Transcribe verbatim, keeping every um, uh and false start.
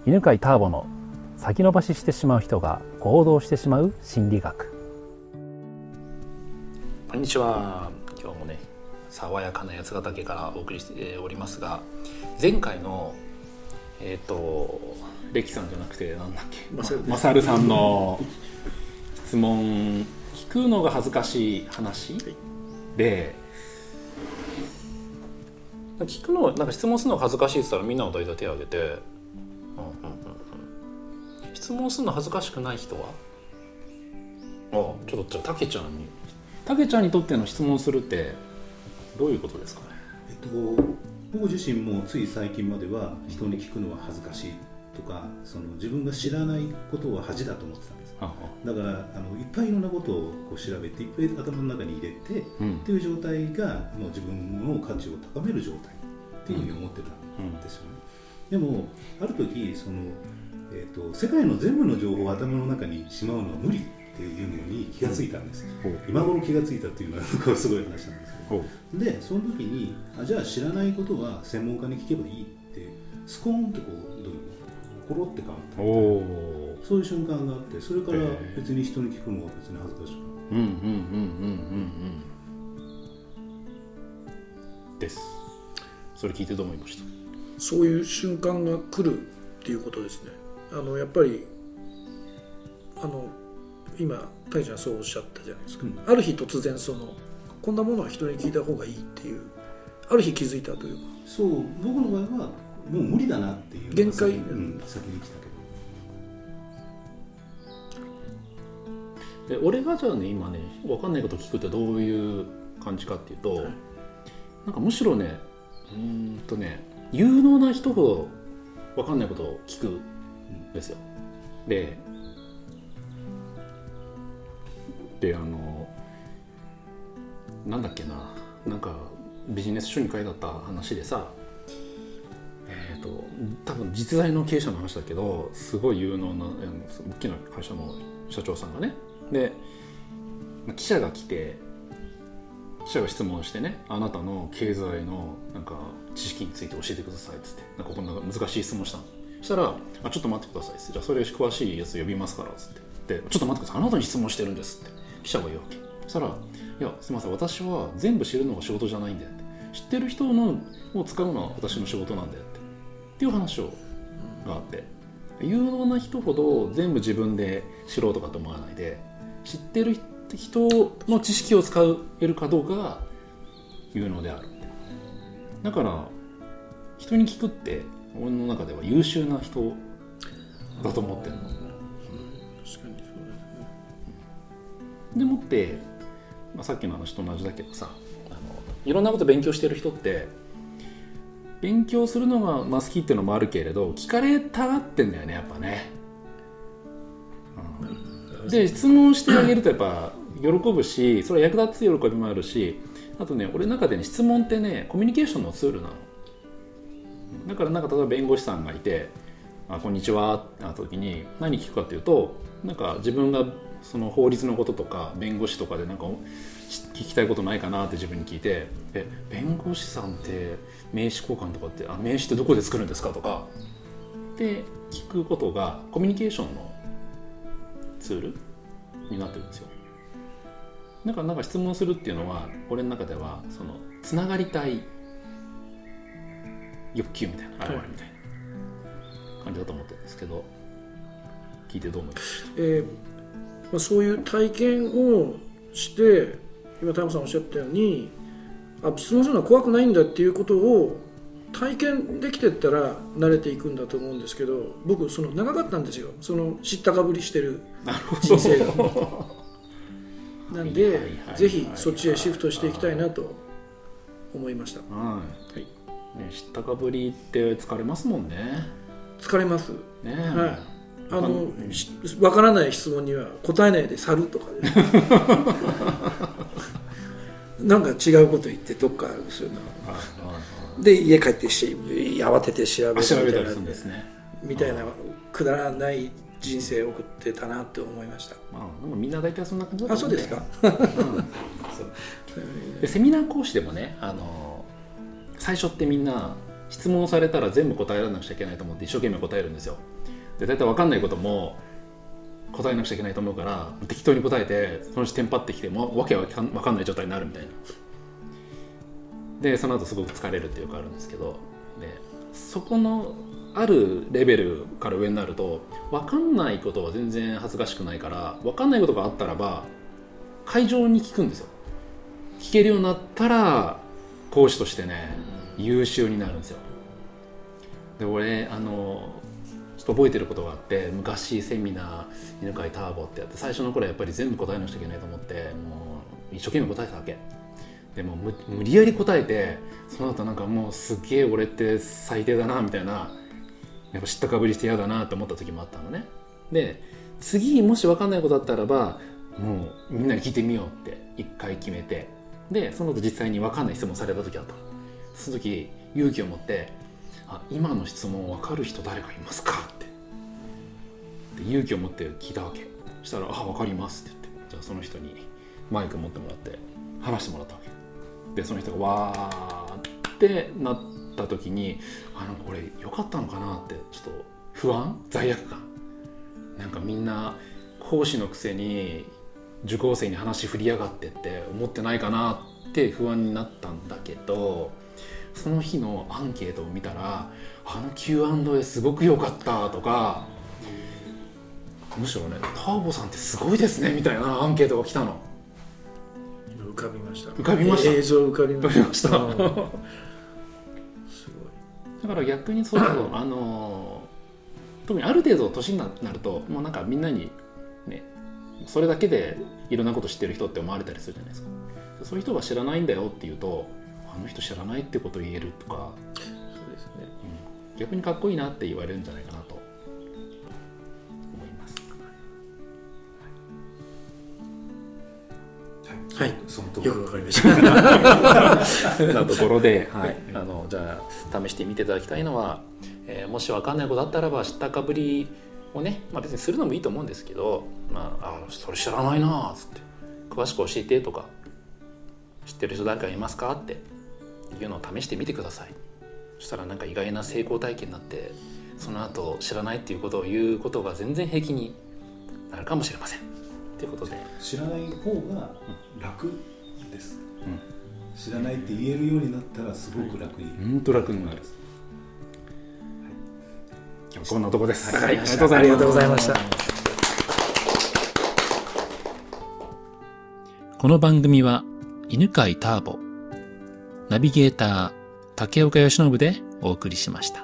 犬飼ターボの先延ばししてしまう人が行動してしまう心理学。 こんにちは。今日もね爽やかな八ヶ岳からお送りしておりますが、前回のえっ、ー、とレキさんじゃなくてなんだっけマサルさんの質問、聞くのが恥ずかしい話で、聞くのなんか質問するのが恥ずかしいって言ったらみんなが大体手を挙げて、うんうんうんうん、質問するの恥ずかしくない人は、あ、ちょっとじゃあたけちゃんにたけちゃんにとっての質問するってどういうことですかね。 えっと僕自身もつい最近までは人に聞くのは恥ずかしいとか、その自分が知らないことは恥だと思ってたんです。 ああ、 だからあのいっぱいいろんなことをこう調べていっぱい頭の中に入れて、うん、っていう状態がもう自分の価値を高める状態っていうふうに思ってたんですよね、うんうん、でもある時その、えーと、世界の全部の情報を頭の中にしまうのは無理っていうのに気がついたんですよ、うん、今頃気がついたっていうのはすごい話なんですけど、うん、でその時にあじゃあ知らないことは専門家に聞けばいいってスコーンとこうどういうコロって変わったみたいな、そういう瞬間があって、それから別に人に聞くのは別に恥ずかしくない。 うんうんうんうんうんうんです。それ聞いてどう思いました？ そういう瞬間が来るっていうことですね。あのやっぱりあの今タイちゃんそうおっしゃったじゃないですか、うん、ある日突然そのこんなものは人に聞いた方がいいっていうある日気づいたというか、 そう僕の場合はもう無理だなっていう限界、 うん、先に来たけど、で俺がじゃあね今ね分かんないこと聞くってどういう感じかっていうと、はい、なんかむしろねうーんとね有能な人ほど分かんないことを聞くんですよ、うん、でであのなんだっけななんかビジネス書に書いてあった話でさ、えーと多分実在の経営者の話だけど、すごい有能な大きな会社の社長さんがね、で記者が来て記者が質問してね、あなたの経済のなんか知識について教えてくださいっつって、なんかこんな難しい質問したの。そしたらあちょっと待ってくださいっつって、じゃあそれ詳しいやつ呼びますからっつって、でちょっと待ってください、あなたに質問してるんですって記者が言うわけ。そしたらいやすみません、私は全部知るのが仕事じゃないんだよって、知ってる人のを使うのは私の仕事なんだよってっていう話をがあって、有能な人ほど全部自分で知ろうとかと思わないで、知ってる人の知識を使えるかどうかが有能である。だから人に聞くって俺の中では優秀な人だと思ってるの。確かにそうですね。でもって、まあ、さっきの話と同じだけどさ、あのいろんなこと勉強してる人って勉強するのが、まあ、好きっていうのもあるけれど聞かれたがってんだよねやっぱね、うん、で質問してあげるとやっぱ喜ぶし、それは役立つ喜びもあるし、あとね俺の中でね質問ってねコミュニケーションのツールなの。だからなんか例えば弁護士さんがいてあこんにちはってなった時に何聞くかっていうと、なんか自分がその法律のこととか弁護士とかでなんか聞きたいことないかなって自分に聞いて、え弁護士さんって名刺交換とかってあ名刺ってどこで作るんですかとかって聞くことがコミュニケーションのツールになってるんですよ。だからなんか質問するっていうのは俺の中ではそのつながりたい欲求みたいな、現れみたいな感じだと思ってるんですけど、聞いてどう思います？ えーまあ、そういう体験をして今田山さんおっしゃったようにあ質問するのは怖くないんだっていうことを体験できてったら慣れていくんだと思うんですけど、僕その長かったんですよ、その知ったかぶりしてる人生がなんでぜひそっちへシフトしていきたいなと思いました。 はい、はいね、知ったかぶりって疲れますもんね。 疲れますね、 はい、あの分からない質問には答えないで去るとかなんか違うこと言ってどっかそういうので家帰ってし慌てて調べるみたいな、ね、みたいなくだらない人生を送ってたなって思いました。 まあ、でもみんな大体そんな感じだと思うんで。 あ、そうですか、 うん、でセミナー講師でもねあの最初ってみんな質問されたら全部答えられなくちゃいけないと思って一生懸命答えるんですよ。で大体分かんないことも答えなくちゃいけないと思うから適当に答えて、そのうちテンパってきてもわけわかんない状態になるみたいな。でその後すごく疲れるっていうかあるんですけど、でそこのあるレベルから上になると分かんないことは全然恥ずかしくないから、分かんないことがあったらば会場に聞くんですよ。聞けるようになったら講師としてね優秀になるんですよ。で俺あのちょっと覚えてることがあって、昔セミナー犬飼ターボってやって最初の頃はやっぱり全部答えなくちゃいけないと思ってもう一生懸命答えたわけでも 無, 無理やり答えて、その後なんかもうすげえ俺って最低だなみたいな、やっぱ知ったかぶりして嫌だなって思った時もあったのね。で次もし分かんないことあったらばもうみんなに聞いてみようって一回決めて、でその後実際に分かんない質問された時あった。その時勇気を持ってあ今の質問分かる人誰かいますかってで勇気を持って聞いたわけ。そしたらあ分かりますって言って、じゃあその人にマイク持ってもらって話してもらったわけで、その人がわーってなった時にあなんかこれ良かったのかなってちょっと不安罪悪感、なんかみんな講師のくせに受講生に話振りやがってって思ってないかなって不安になったんだけど、その日のアンケートを見たらあの キューアンドエー すごく良かったとか、むしろねターボさんってすごいですねみたいなアンケートが来たの。 浮かびました。 浮かびました。 映像浮かびました。 すごい。だから逆にそうそうあの特にある程度年になるともうなんかみんなにねそれだけでいろんなこと知ってる人って思われたりするじゃないですか。そういう人が知らないんだよっていうとあの人知らないってことを言えるとか、 そうですね、 うん、逆にかっこいいなって言われるんじゃないかなと思います。 はい、はい、 そのとよくわかりましたなところで、はい、あのじゃあ試してみていただきたいのは、えー、もし分かんないことあったらば知ったかぶりをね、まあ、別にするのもいいと思うんですけど、まあ、あそれ知らないなっつって詳しく教えてとか知ってる人誰かいますかっていうのを試してみてください。そしたらなんか意外な成功体験になって、その後知らないっていうことを言うことが全然平気になるかもしれませんということで、 知らない方が楽です、 うん、 知らないって言えるようになったらすごく楽に、 本当楽になる、はい、今日こんなとこです、 はい、 はい、 ありがとうございました。 この番組は犬飼ターボ、ナビゲーター竹岡由伸でお送りしました。